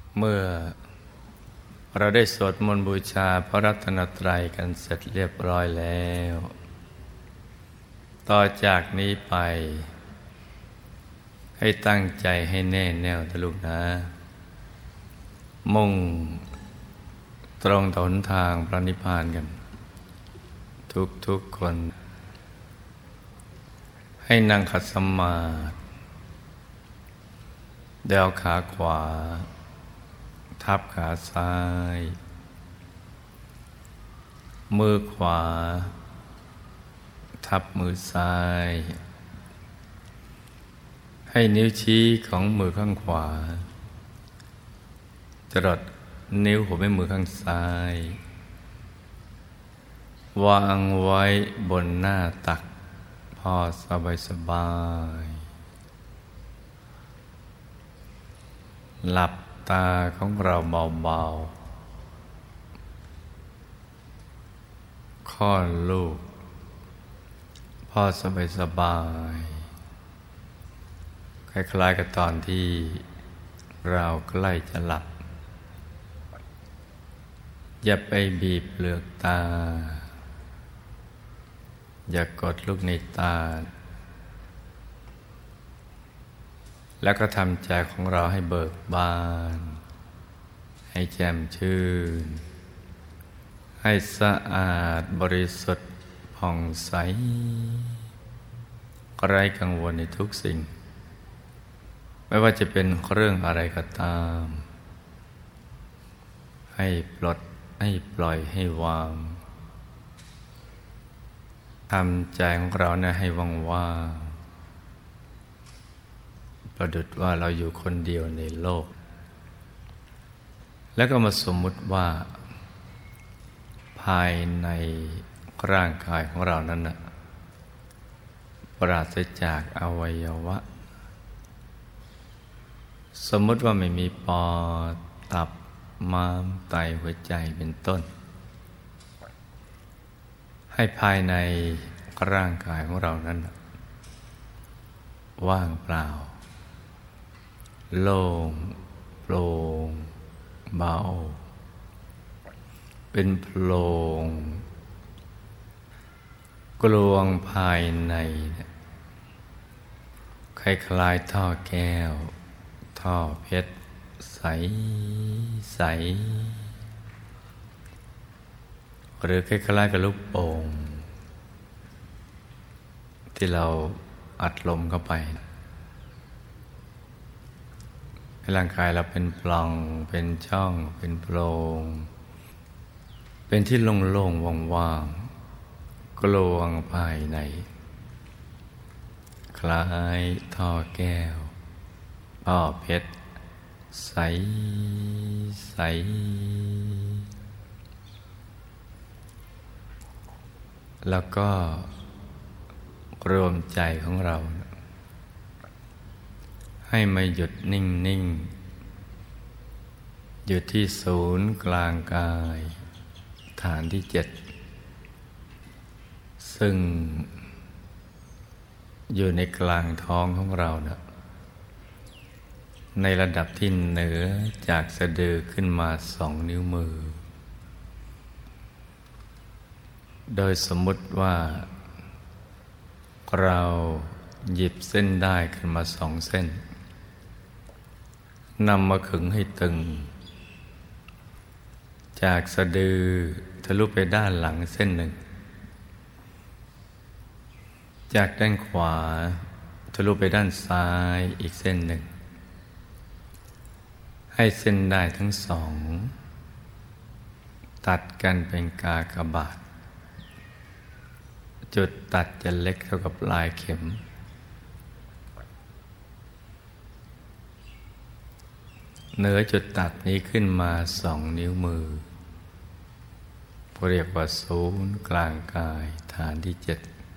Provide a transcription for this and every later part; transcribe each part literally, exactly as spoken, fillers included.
เมื่อเราได้สวดมนต์บูชาพระรัตนตรัยกันเสร็จเรียบร้อยแล้วต่อจากนี้ไปให้ตั้งใจให้แน่แน่วนะลูกนะมุ่งตรงต่อหนทางพระนิพพานกันทุกๆคนให้นั่งขัดสมาธิเดาขาขวาทับขาซ้ายมือขวาทับมือซ้ายให้นิ้วชี้ของมือข้างขวาจรดนิ้วหัวแม่มือข้างซ้ายวางไว้บนหน้าตักพอสบายสบายหลับตาของเราเบาๆค่อนลูกพอสบายสบายคล้ายๆกับตอนที่เราใกล้จะหลับอย่าไปบีบเปลือกตาอย่ากดลูกในตาแล้วก็ทำใจของเราให้เบิกบานให้แจ่มชื่นให้สะอาดบริสุทธิ์ผ่องใสไร้กังวลในทุกสิ่งไม่ว่าจะเป็นเรื่องอะไรก็ตามให้ปลดให้ปล่อยให้วางทำใจของเราเนี่ยให้ว่างๆประดุจว่าเราอยู่คนเดียวในโลกแล้วก็มาสมมุติว่าภายในร่างกายของเรานั้นน่ะปราศจากอวัยวะสมมุติว่าไม่มีปอดตับม้ามไตหัวใจเป็นต้นให้ภายในร่างกายของเรานั้นว่างเปล่าโล่งโปร่งเบาเป็นโพรงกลวงภายในคล้ายๆท่อแก้วท่อเพชรใสใสหรือคล้ายๆกับลูกโป่งที่เราอัดลมเข้าไปให้ร่างกายเราเป็นปล่องเป็นช่องเป็นโพรงเป็นที่โล่งๆว่างๆกลวงภายในคล้ายท่อแก้วท่อเพชรใสใสแล้วก็รวมใจของเราให้มาหยุดนิ่งๆอยู่ที่ศูนย์กลางกายฐานที่เจ็ดซึ่งอยู่ในกลางท้องของเรานะในระดับที่เหนือจากสะดือขึ้นมาสองนิ้วมือโดยสมมุติว่าเราหยิบเส้นได้ขึ้นมาสองเส้นนำมาขึงให้ตึงจากสะดือทะลุไปด้านหลังเส้นหนึ่งจากด้านขวาทะลุไปด้านซ้ายอีกเส้นหนึ่งให้เส้นได้ทั้งสองตัดกันเป็นกากบาทจุดตัดจะเล็กเท่ากับปลายเข็มเหนือจุดตัดนี้ขึ้นมาสองนิ้วมือเรียกว่าศูนย์กลางกายฐานที่เจ็ด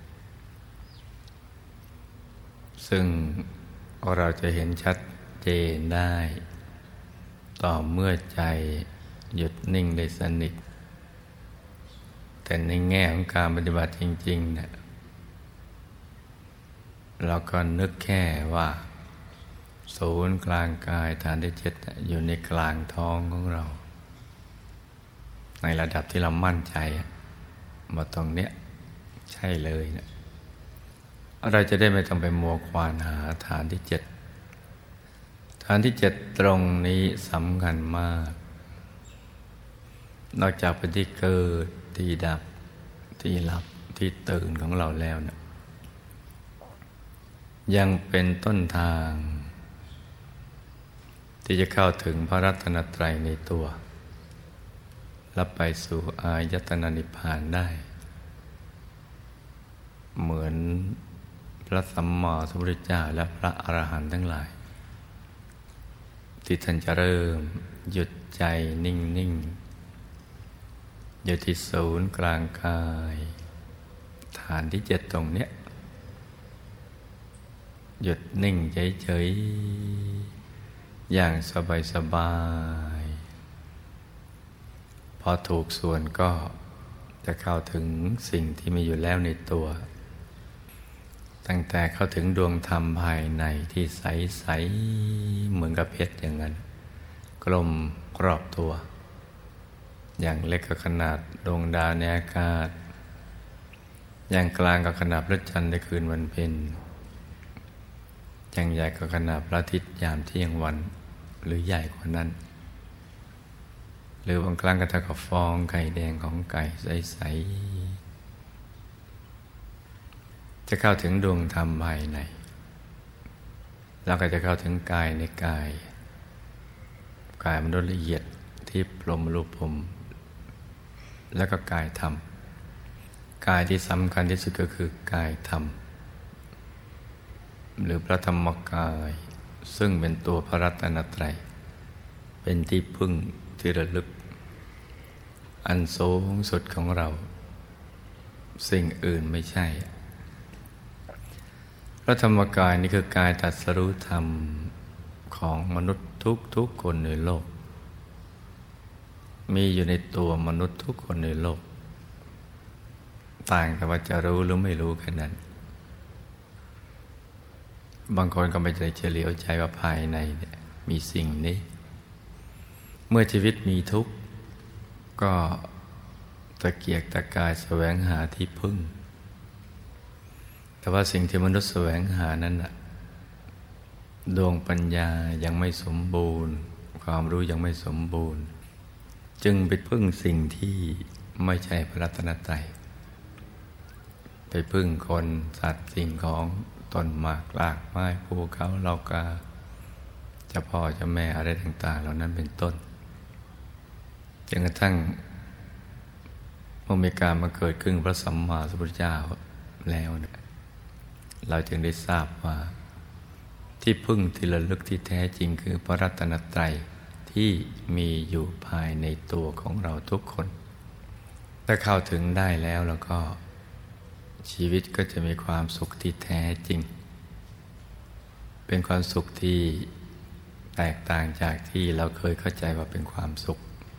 ซึ่งเราจะเห็นชัดเจนได้ต่อเมื่อใจหยุดนิ่งได้สนิทแต่ในแง่ของการปฏิบัติจริงๆเนี่ยเราก็นึกแค่ว่าศูนย์กลางกายฐานที่เจ็ดอยู่ในกลางท้องของเราในระดับที่เรามั่นใจว่าตรงเนี้ยใช่เลยนะเราจะได้ไม่ต้องไปมัวควานหาฐานที่เจ็ดฐานที่เจ็ดตรงนี้สำคัญมากนอกจากเป็นที่เกิดที่ดับที่หลับที่ตื่นของเราแล้วนะยังเป็นต้นทางที่จะเข้าถึงพระรัตนตรัยในตัวและไปสู่อายตนะนิพพานได้เหมือนพระสัมมาสัมพุทธเจ้าและพระอรหันต์ทั้งหลายที่ท่านจะเริ่มหยุดใจนิ่งๆอยู่ที่ศูนย์กลางกายฐานที่เจ็ดตรงเนี้ยหยุดนิ่งเฉยๆอย่างสบายๆพอถูกส่วนก็จะเข้าถึงสิ่งที่มีอยู่แล้วในตัวตั้งแต่เข้าถึงดวงธรรมภายในที่ใสๆเหมือนกับเพชรอย่างนั้นกลมรอบตัวอย่างเล็กก็ขนาดดวงดาวในอากาศอย่างกลางก็ขนาดพระจันทร์ในคืนวันเพ็ญอย่างใหญ่ก็ขนาดพระอาทิตย์ยามเที่ยงวันหรือใหญ่กว่านั้นหรือบางครั้งก็เท่ากับฟองไข่แดงของไก่ใสๆจะเข้าถึงดวงธรรมภายในแล้วก็จะเข้าถึงกายในกายกายมนุษย์ละเอียดที่พรหมรูปพรหมแล้วก็กายธรรมกายที่สำคัญที่สุดก็คือกายธรรมหรือพระธรรมกายซึ่งเป็นตัวพระรัตนตรัยเป็นที่พึ่งที่ระลึกอันสูงสุดของเราสิ่งอื่นไม่ใช่พระธรรมกายนี่คือกายตรัสรู้ธรรมของมนุษย์ทุกๆคนในโลกมีอยู่ในตัวมนุษย์ทุกคนในโลกต่างแต่ว่าจะรู้หรือไม่รู้แค่นั้นบางคนก็ไม่ใจเฉลียวใจว่าภายในเนี่ยมีสิ่งนี้เมื่อชีวิตมีทุกข์ก็ตะเกียกตะกายแสวงหาที่พึ่งแต่ว่าสิ่งที่มนุษย์แสวงหานั้นน่ะดวงปัญญายังไม่สมบูรณ์ความรู้ยังไม่สมบูรณ์จึงไปพึ่งสิ่งที่ไม่ใช่พระรัตนตรัยไปพึ่งคนสัตว์สิ่งของต้นหมากรากไม้ภูเขาเหล่ากาเจ้าพ่อเจ้าแม่อะไรต่างๆเหล่านั้นเป็นต้นจนกระทั่งเมื่อมีการมาเกิดขึ้นพระสัมมาสัมพุทธเจ้าแล้วเนี่ยเราจึงได้ทราบว่าที่พึ่งที่ระลึกที่แท้จริงคือพระรัตนตรัยที่มีอยู่ภายในตัวของเราทุกคนถ้าเข้าถึงได้แล้วแล้วก็ชีวิตก็จะมีความสุขที่แท้จริงเป็นความสุขที่แตกต่างจากที่เราเคยเข้าใจว่าเป็นความสุข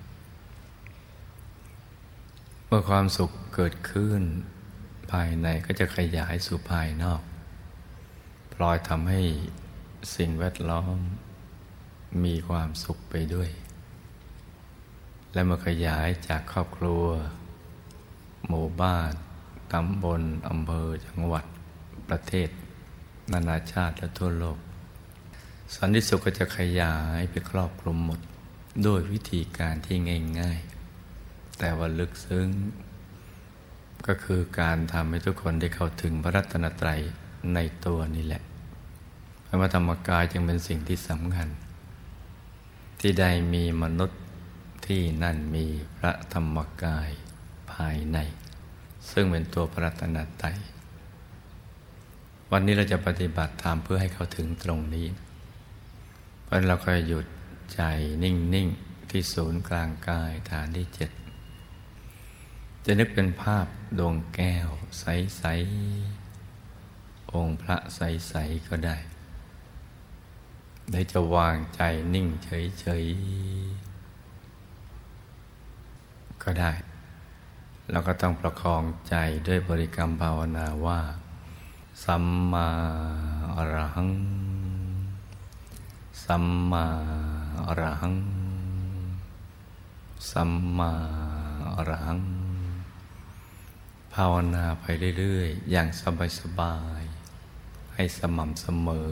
เมื่อความสุขเกิดขึ้นภายในก็จะขยายสู่ภายนอกพลอยทำให้สิ่งแวดล้อมมีความสุขไปด้วยและเมื่อขยายจากครอบครัวหมู่บ้านตำบลอำเภอจังหวัดประเทศนานาชาติและทั่วโลกสันติสุขก็จะขยายไปครอบคลุมหมดด้วยวิธีการที่ง่ายๆแต่ว่าลึกซึ้งก็คือการทำให้ทุกคนได้เข้าถึงพระรัตนตรัยในตัวนี่แหละพระธรรมกายจึงเป็นสิ่งที่สำคัญที่ได้มีมนุษย์ที่นั่นมีพระธรรมกายภายในซึ่งเป็นตัวพระรัตนตรัยวันนี้เราจะปฏิบัติธรรมเพื่อให้เข้าถึงตรงนี้เพราะเราก็หยุดใจนิ่งๆที่ศูนย์กลางกายฐานที่เจ็ดจะนึกเป็นภาพดวงแก้วใสๆองค์พระใสๆก็ได้ได้จะวางใจนิ่งเฉยๆก็ได้เราก็ต้องประคองใจด้วยบริกรรมภาวนาว่าสัมมาอรหังสัมมาอรหังสัมมาอรหังภาวนาไปเรื่อยๆอย่างสบายๆให้สม่ำเสมอ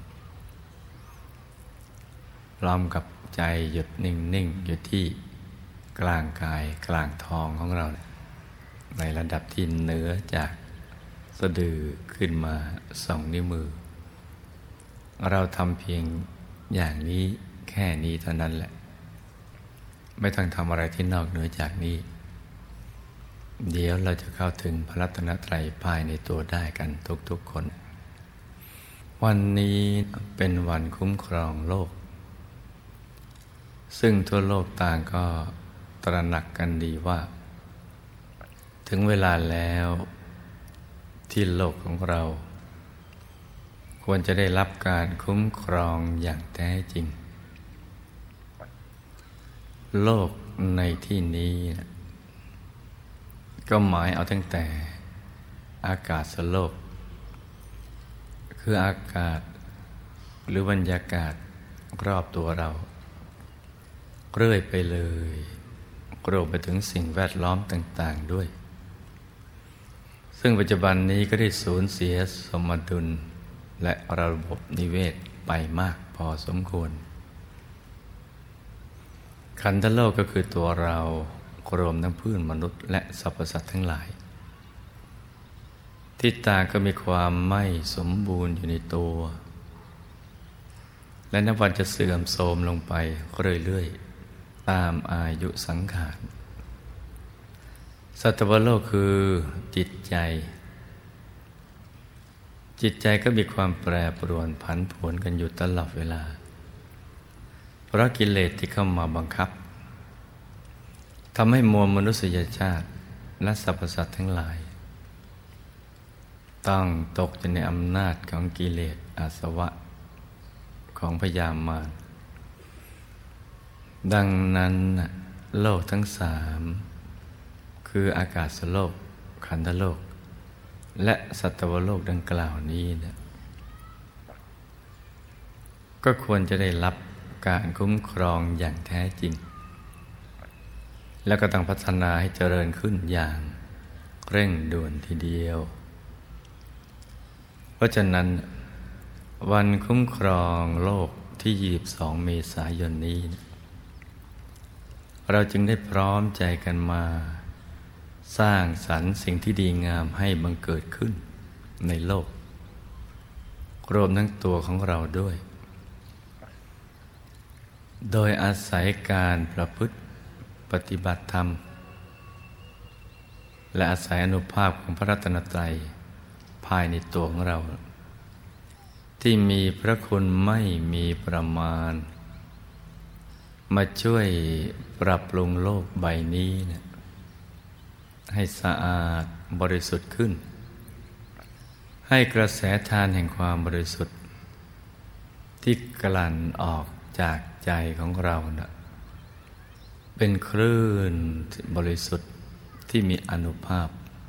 พร้อมกับใจหยุดนิ่งๆอยู่ที่กลางกายกลางท้องของเราในระดับที่เหนือจากสะดือขึ้นมาสองนิ้วมือเราทำเพียงอย่างนี้แค่นี้เท่านั้นแหละไม่ต้องทำอะไรที่นอกเหนือจากนี้เดี๋ยวเราจะเข้าถึงพระรัตนตรัยภายในตัวได้กันทุกๆคนวันนี้เป็นวันคุ้มครองโลกซึ่งทั่วโลกต่างก็ตระหนักกันดีว่าถึงเวลาแล้วที่โลกของเราควรจะได้รับการคุ้มครองอย่างแท้จริงโลกในที่นี้ก็หมายเอาตั้งแต่อากาศโลกคืออากาศหรือบรรยากาศรอบตัวเราเรื่อยไปเลยรวมไปถึงสิ่งแวดล้อมต่างๆด้วยซึ่งปัจจุบันนี้ก็ได้สูญเสียสมดุลและระบบนิเวศไปมากพอสมควรขันธโลกก็คือตัวเรารวมทั้งพืชมนุษย์และสรรพสัตว์ทั้งหลายที่ต่างก็มีความไม่สมบูรณ์อยู่ในตัวและนับวันจะเสื่อมโทรมลงไปเรื่อยๆตามอายุสังขารสัตวโลกคือจิตใจจิตใจก็มีความแปรปรวนผันผวนกันอยู่ตลอดเวลาเพราะกิเลสที่เข้ามาบังคับทำให้มวลมนุษยชาติและสรรพสัตว์ทั้งหลายต้องตกอยู่ในอำนาจของกิเลสอาสวะของพยามารดังนั้นโลกทั้งสามคืออากาศโลกขันธโลกและสัตวโลกดังกล่าวนี้เนี่ยก็ควรจะได้รับการคุ้มครองอย่างแท้จริงแล้วก็ต้องพัฒนาให้เจริญขึ้นอย่างเร่งด่วนทีเดียวเพราะฉะนั้นวันคุ้มครองโลกที่ยี่สิบสองเมษายนนี้เราจึงได้พร้อมใจกันมาสร้างสรรค์สิ่งที่ดีงามให้บังเกิดขึ้นในโลกรวมทั้งตัวของเราด้วยโดยอาศัยการประพฤติปฏิบัติธรรมและอาศัยอานุภาพของพระรัตนตรัยภายในตัวของเราที่มีพระคุณไม่มีประมาณมาช่วยปรับปรุงโลกใบนี้เนี่ยให้สะอาดบริสุทธิ์ขึ้นให้กระแสทานแห่งความบริสุทธิ์ที่กลั่นออกจากใจของเรานะเป็นคลื่นบริสุทธิ์ที่มีอานุภาพ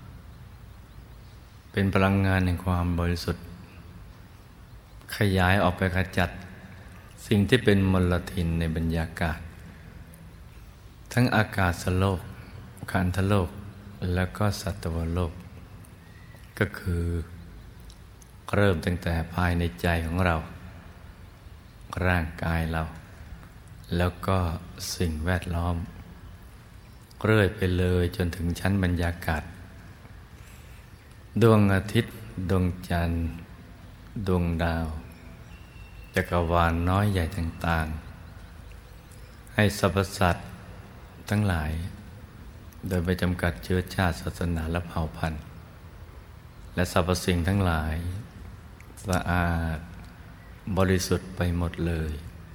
เป็นพลังงานแห่งความบริสุทธิ์ขยายออกไปขจัดสิ่งที่เป็นมลทินในบรรยากาศทั้งอากาศโลกขันธโลกแล้วก็สัตวโลกก็คือเริ่มตั้งแต่ภายในใจของเราร่างกายเราแล้วก็สิ่งแวดล้อมเรื่อยไปเลยจนถึงชั้นบรรยากาศดวงอาทิตย์ดวงจันทร์ดวงดาวจักรวาลน้อยใหญ่ต่างๆให้สรรพสัตว์ทั้งหลายโดยไม่จำกัดเชื้อชาติศาสนาและเผ่าพันธุ์และสรรพสิ่งทั้งหลายสะอาดบริสุทธิ์ไปหมดเลย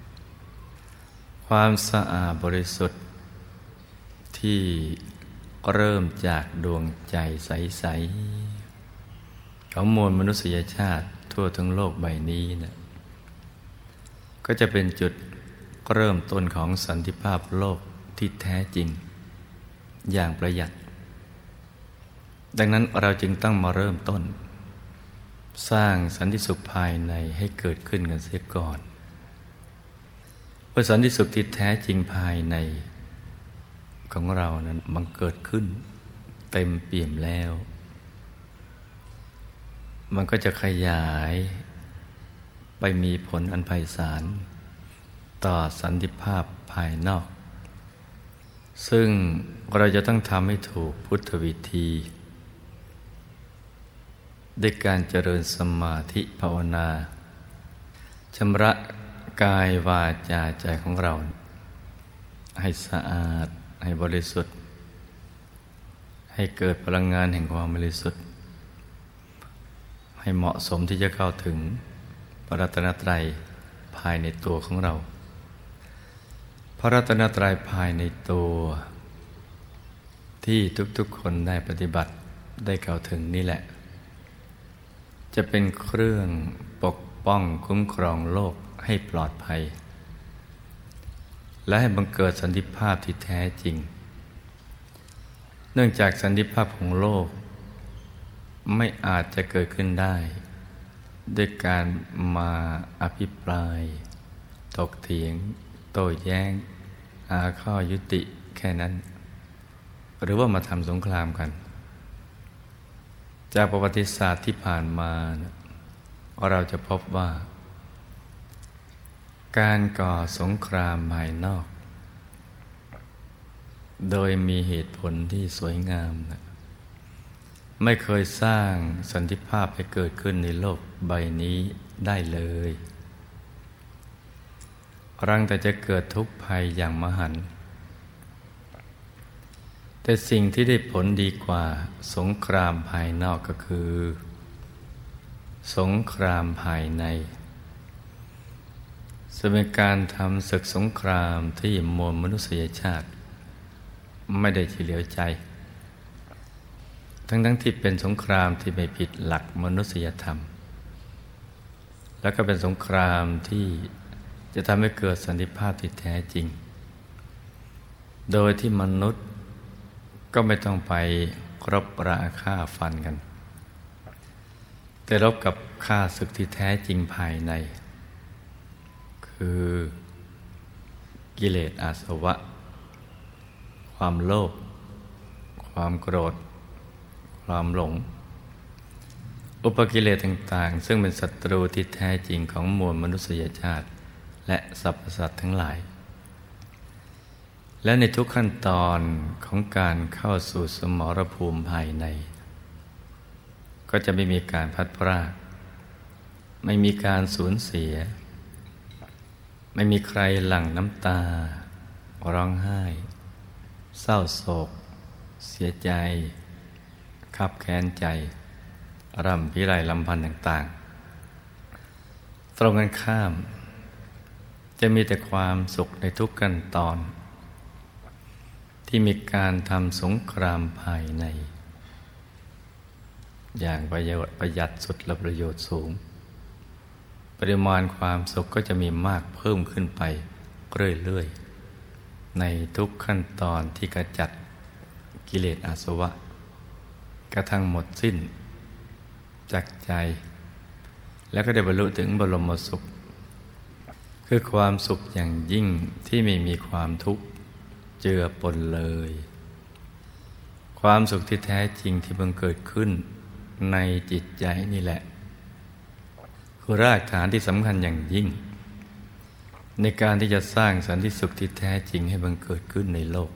ความสะอาดบริสุทธิ์ที่เริ่มจากดวงใจใสๆของมวลมนุษยชาติทั่วทั้งโลกใบนี้นะก็จะเป็นจุดเริ่มต้นของสันติภาพโลกที่แท้จริงอย่างประหยัดดังนั้นเราจึงต้องมาเริ่มต้นสร้างสันติสุขภายในให้เกิดขึ้นกันเสียก่อนอสันติสุขที่แท้จริงภายในของเรานั้นบังเกิดขึ้นเต็มเปี่ยมแล้วมันก็จะขยายไปมีผลอันไพศาลต่อสันติภาพภายนอกซึ่งเราจะต้องทำให้ถูกพุทธวิธีด้วยการเจริญสมาธิภาวนาชำระกายวาจาใจของเราให้สะอาดให้บริสุทธิ์ให้เกิดพลังงานแห่งความบริสุทธิ์ให้เหมาะสมที่จะเข้าถึงพระรัตนตรัยภายในตัวของเราพระรัตนตรัยภายในตัวที่ทุกๆคนได้ปฏิบัติได้เข้าถึงนี่แหละจะเป็นเครื่องปกป้องคุ้มครองโลกให้ปลอดภัยและให้บังเกิดสันติภาพที่แท้จริงเนื่องจากสันติภาพของโลกไม่อาจจะเกิดขึ้นได้ด้วยการมาอภิปรายถกเถียงโต้แย้งหาข้อยุติแค่นั้นหรือว่ามาทำสงครามกันจากประวัติศาสตร์ที่ผ่านมาเราจะพบว่าการก่อสงครามภายนอกโดยมีเหตุผลที่สวยงามนะไม่เคยสร้างสันติภาพให้เกิดขึ้นในโลกใบนี้ได้เลยรังแต่จะเกิดทุกข์ภัยอย่างมหันต์แต่สิ่งที่ได้ผลดีกว่าสงครามภายนอกก็คือสงครามภายในจะเป็นการทำศึกสงครามที่มวลมนุษยชาติไม่ได้เฉลียวใจทั้งทั้งที่เป็นสงครามที่ไม่ผิดหลักมนุษยธรรมและก็เป็นสงครามที่จะทำให้เกิดสันติภาพที่แท้จริงโดยที่มนุษย์ก็ไม่ต้องไปรบราฆ่าฟันกันแต่รบกับข้าศึกที่แท้จริงภายในคือกิเลสอาสวะความโลภความโกรธความหลงอุปกิเลสต่างๆซึ่งเป็นศัตรูที่แท้จริงของมวลมนุษยชาติและสรรพสัตว์ทั้งหลายและในทุกขั้นตอนของการเข้าสู่สมรภูมิภายในก็จะไม่มีการพัดพรากไม่มีการสูญเสียไม่มีใครหลั่งน้ำตาร้องไห้เศร้าโศกเสียใจคับแค้นใจร่ำพิไรลำพันธ์ต่างๆตรงกันข้ามจะมีแต่ความสุขในทุกขั้นตอนที่มีการทำสงครามภายในอย่างประโยชน์ประหยัดสุดและประโยชน์สูงปริมาณความสุขก็จะมีมากเพิ่มขึ้นไปเรื่อยๆในทุกขั้นตอนที่กระจัดกิเลสอาสวะกระทั่งหมดสิ้นจากใจแล้วก็ได้บรรลุถึงบรมสุขคือความสุขอย่างยิ่งที่ไม่มีความทุกข์เจือปนเลยความสุขที่แท้จริงที่บังเกิดขึ้นในจิตใจนี่แหละคือรากฐานที่สำคัญอย่างยิ่งในการที่จะสร้างสันติสุขที่แท้จริงให้บังเกิดขึ้นในโลก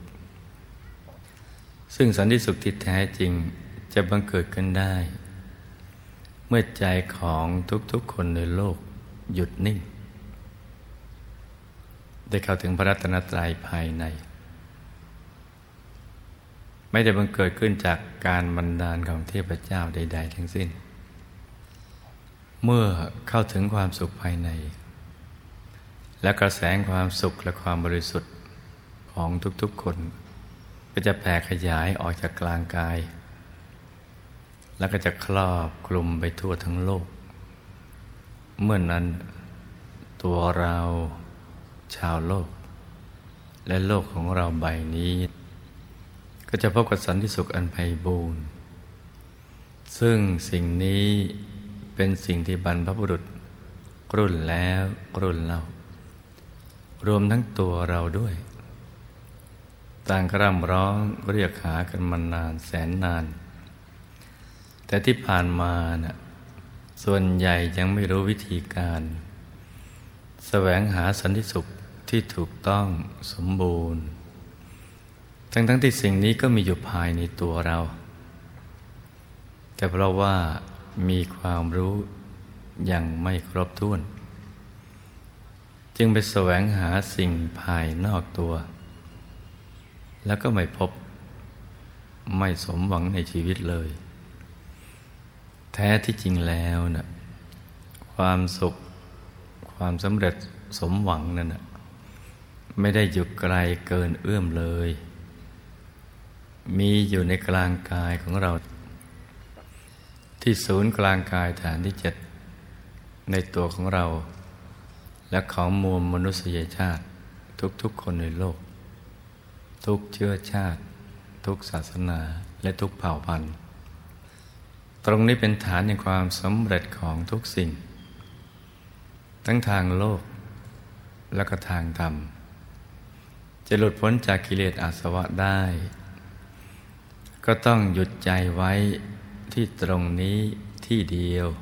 ซึ่งสันติสุขที่แท้จริงจะบังเกิดขึ้นได้เมื่อใจของทุกๆคนในโลกหยุดนิ่งได้เข้าถึงพระรัตนตรัยภายในไม่ได้บังเกิดขึ้นจากการบันดาลของเทพเจ้าใดๆทั้งสิ้นเมื่อเข้าถึงความสุขภายในและกระแสความสุขและความบริสุทธิ์ของทุกๆคนก็จะแผ่ขยายออกจากกลางกายแล้วก็จะครอบคลุมไปทั่วทั้งโลกเมื่อนนั้นตัวเราชาวโลกและโลกของเราใบนี้ก็จะพบกับสันติสุขอันไพบูรณ์ซึ่งสิ่งนี้เป็นสิ่งที่บรรพบุรุษรุ่นแล้วรุ่นเล่ารวมทั้งตัวเราด้วยต่างกร่ำร้องเรียกหากันมานานแสนนานแต่ที่ผ่านมาน่ะส่วนใหญ่ยังไม่รู้วิธีการแสวงหาสันติสุขที่ถูกต้องสมบูรณ์ทั้งทั้งที่สิ่งนี้ก็มีอยู่ภายในตัวเราแต่เพราะว่ามีความรู้ยังไม่ครบถ้วนจึงไปแสวงหาสิ่งภายนอกตัวแล้วก็ไม่พบไม่สมหวังในชีวิตเลยแท้ที่จริงแล้วนะความสุขความสำเร็จสมหวังนั่นนะไม่ได้อยู่ไกลเกินเอื้อมเลยมีอยู่ในกลางกายของเราที่ศูนย์กลางกายฐานที่เจ็ดในตัวของเราและของมวลมนุษยชาติทุกๆคนในโลกทุกเชื้อชาติทุกศาสนาและทุกเผ่าพันธุ์ตรงนี้เป็นฐานแห่งความสำเร็จของทุกสิ่งทั้งทางโลกและก็ทางธรรมจะหลุดพ้นจากกิเลสอาสวะได้ก็ต้องหยุดใจไว้ที่ตรงนี้ที่เดียว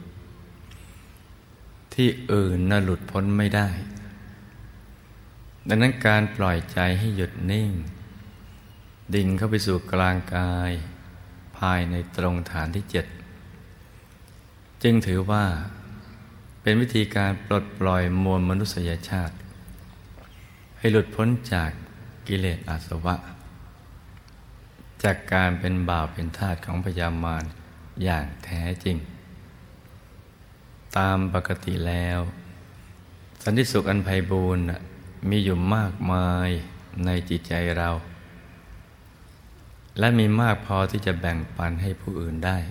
ที่อื่นน่ะหลุดพ้นไม่ได้ดังนั้นการปล่อยใจให้หยุดนิ่งดิ่งเข้าไปสู่กลางกายภายในตรงฐานที่เจ็ดจึงถือว่าเป็นวิธีการปลดปล่อยมวลมนุษยชาติให้หลุดพ้นจากกิเลสอาสวะจากการเป็นบ่าวเป็นทาสของพยามารอย่างแท้จริงตามปกติแล้วสันติสุขอันไพบูลย์มีอยู่มากมายในจิตใจเราและมีมากพอที่จะแบ่งปันให้ผู้อื่นได้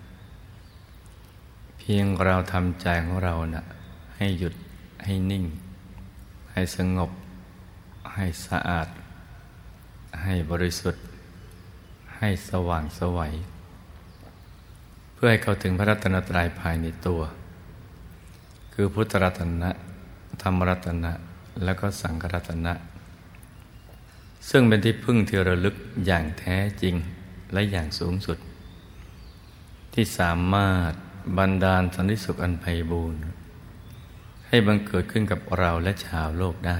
เพียงเราทำใจของเราน่ะให้หยุดให้นิ่งให้สงบให้สะอาดให้บริสุทธิ์ให้สว่างไสวเพื่อให้เข้าถึงพระรัตนตรัยภายในตัวคือพุทธรัตนะธรรมรัตนะและก็สังฆรัตนะซึ่งเป็นที่พึ่งที่ระลึกอย่างแท้จริงและอย่างสูงสุดที่สามารถบันดาลสันติสุขอันไพบูรณ์ให้บังเกิดขึ้นกับเราและชาวโลกได้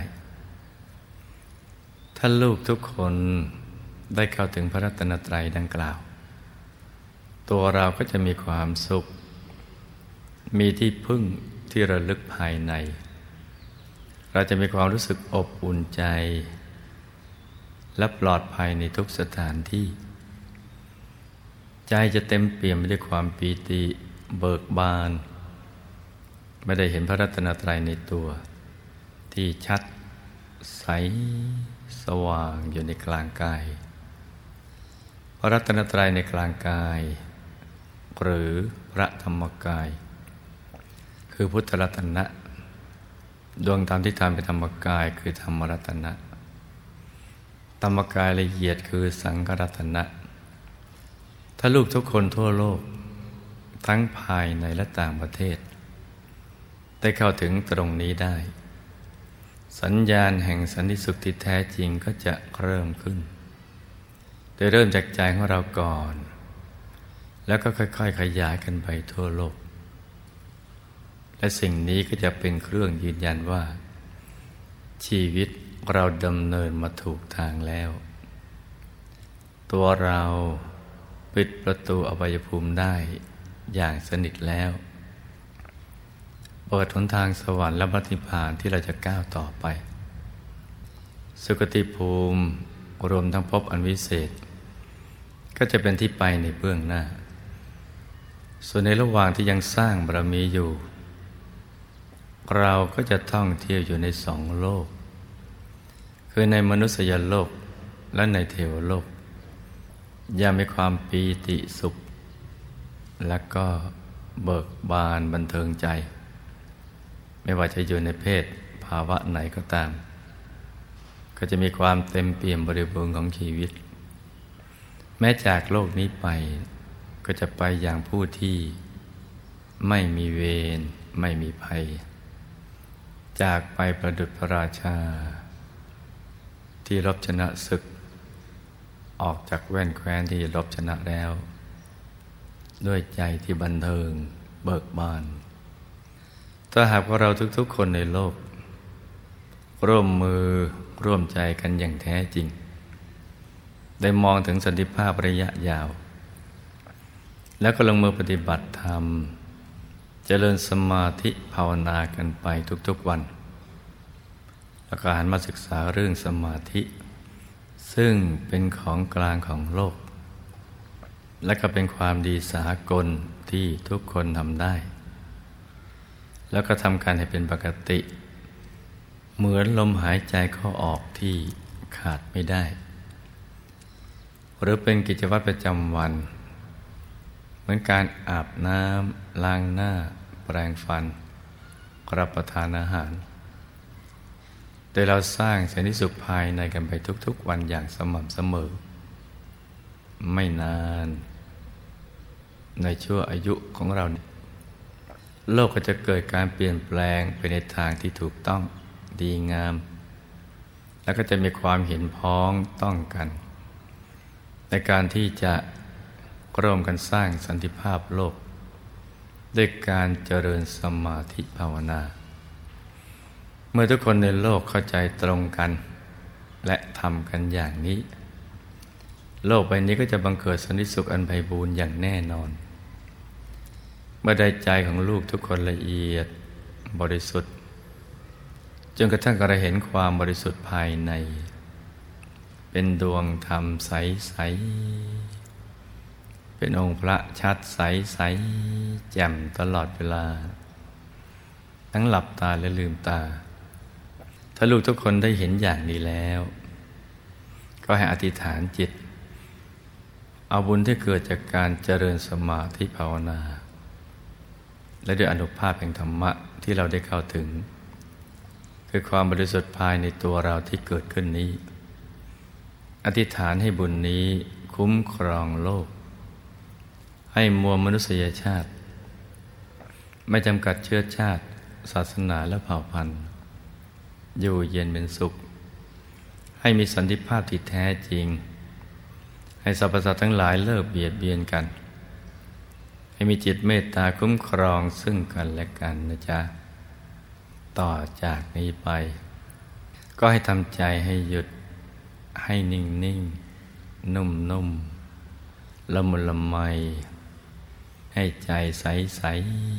ถ้าลูกทุกคนได้เข้าถึงพระรัตนตรัยดังกล่าวตัวเราก็จะมีความสุขมีที่พึ่งที่ระลึกภายในเราจะมีความรู้สึกอบอุ่นใจและปลอดภัยในทุกสถานที่ใจจะเต็มเปี่ยมไปด้วยความปีติเบิกบานไม่ได้เห็นพระรัตนตรัยในตัวที่ชัดใสสว่างอยู่ในกลางกายพระรัตนตรัยในกลางกายหรือพระธรรมกายคือพุทธรัตนะดวงธรรมที่ทำเป็นธรรมกายคือธรรมรัตนะธรรมกายละเอียดคือสังฆรัตนะถ้าลูกทุกคนทั่วโลกทั้งภายในและต่างประเทศได้เข้าถึงตรงนี้ได้สัญญาณแห่งสันติสุขที่แท้จริงก็จะเริ่มขึ้นโดยเริ่มจากใจของเราก่อนแล้วก็ค่อยๆขยายกันไปทั่วโลกและสิ่งนี้ก็จะเป็นเครื่องยืนยันว่าชีวิตเราดำเนินมาถูกทางแล้วตัวเราปิดประตูอบายภูมิได้อย่างสนิทแล้วเปิดหนทางสวรรค์และพระนิพพานที่เราจะก้าวต่อไปสุคติภูมิรวมทั้งภพอันวิเศษก็จะเป็นที่ไปในเบื้องหน้าส่วนในระหว่างที่ยังสร้างบารมีอยู่เราก็จะท่องเที่ยวอยู่ในสองโลกคือในมนุษยโลกและในเทวโลกอย่ามีความปีติสุขและก็เบิกบานบันเทิงใจไม่ว่าจะอยู่ในเพศภาวะไหนก็ตามก็จะมีความเต็มเปี่ยมบริบูรณ์ของชีวิตแม้จากโลกนี้ไปก็จะไปอย่างผู้ที่ไม่มีเวรไม่มีภัยจากไปประดุจพระราชาที่รบชนะศึกออกจากแว่นแคว้นที่รบชนะแล้วด้วยใจที่บันเทิงเบิกบานถ้าหากว่าเราทุกๆคนในโลกร่วมมือร่วมใจกันอย่างแท้จริงได้มองถึงสันติภาพระยะยาวแล้วก็ลงมือปฏิบัติธรรมเจริญสมาธิภาวนากันไปทุกๆวันแล้วก็หันมาศึกษาเรื่องสมาธิซึ่งเป็นของกลางของโลกและก็เป็นความดีสากลที่ทุกคนทำได้แล้วก็ทำการให้เป็นปกติเหมือนลมหายใจเข้าออกที่ขาดไม่ได้หรือเป็นกิจวัตรประจำวันเหมือนการอาบน้ำล้างหน้าแปรงฟันรับประทานอาหารโดยเราสร้างสันติสุขภายในกันไปทุกๆวันอย่างสม่ำเสมอไม่นานในชั่วอายุของเราโลกก็จะเกิดการเปลี่ยนแปลงไปในทางที่ถูกต้องดีงามแล้วก็จะมีความเห็นพ้องต้องกันในการที่จะร่วมกันสร้างสันติภาพโลกด้วยการเจริญสมาธิภาวนาเมื่อทุกคนในโลกเข้าใจตรงกันและทำกันอย่างนี้โลกใบนี้ก็จะบังเกิดสันติสุขอันไพบูรณ์อย่างแน่นอนเมื่อใดใจของลูกทุกคนละเอียดบริสุทธิ์จนกระทั่งเราเห็นความบริสุทธิ์ภายในเป็นดวงธรรมใสๆเป็นองค์พระชัดใสๆแจ่มตลอดเวลาทั้งหลับตาและลืมตาถ้าลูกทุกคนได้เห็นอย่างนี้แล้วก็ให้อธิษฐานจิตเอาบุญที่เกิดจากการเจริญสมาธิภาวนาและด้วยอานุภาพแห่งธรรมะที่เราได้เข้าถึงคือความบริสุทธิ์ภายในตัวเราที่เกิดขึ้นนี้อธิษฐานให้บุญนี้คุ้มครองโลกให้มวลมนุษยชาติไม่จำกัดเชื้อชาติศาสนาและเผ่าพันธุ์อยู่เย็นเป็นสุขให้มีสันติภาพที่แท้จริงให้สรรพสัตว์ทั้งหลายเลิกเบียดเบียนกันให้มีจิตเมตตาคุ้มครองซึ่งกันและกันนะจ๊ะต่อจากนี้ไปก็ให้ทำใจให้หยุดให้นิ่งนิ่งนุ่มนุ่มละมุนละไมให้ใจใสใส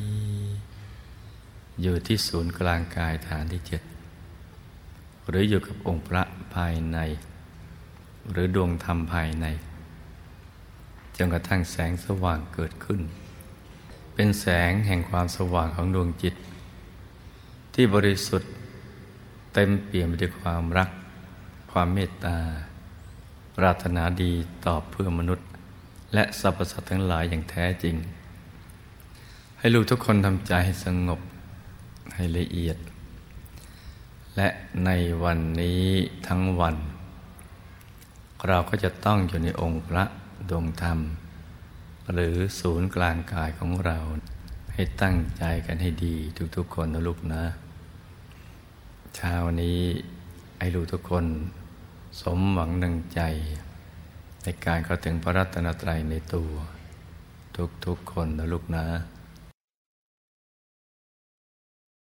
อยู่ที่ศูนย์กลางกายฐานที่เจ็ดหรืออยู่กับองค์พระภายในหรือดวงธรรมภายในจนกระทั่งแสงสว่างเกิดขึ้นเป็นแสงแห่งความสว่างของดวงจิตที่บริสุทธิ์เต็มเปี่ยมไปด้วยความรักความเมตตาปรารถนาดีตอบเพื่อมนุษย์และสรรพสัตว์ทั้งหลายอย่างแท้จริงให้ลูกทุกคนทำใจให้สงบให้ละเอียดและในวันนี้ทั้งวันเราก็จะต้องอยู่ในองค์พระดวงธรรมหรือศูนย์กลางกายของเราให้ตั้งใจกันให้ดีทุกๆคนนะลูกนะเช้านี้ให้ลูกทุกคนสมหวังดังใจในการเข้าถึงพระรัตนตรัยในตัวทุกๆคนนะลูกนะ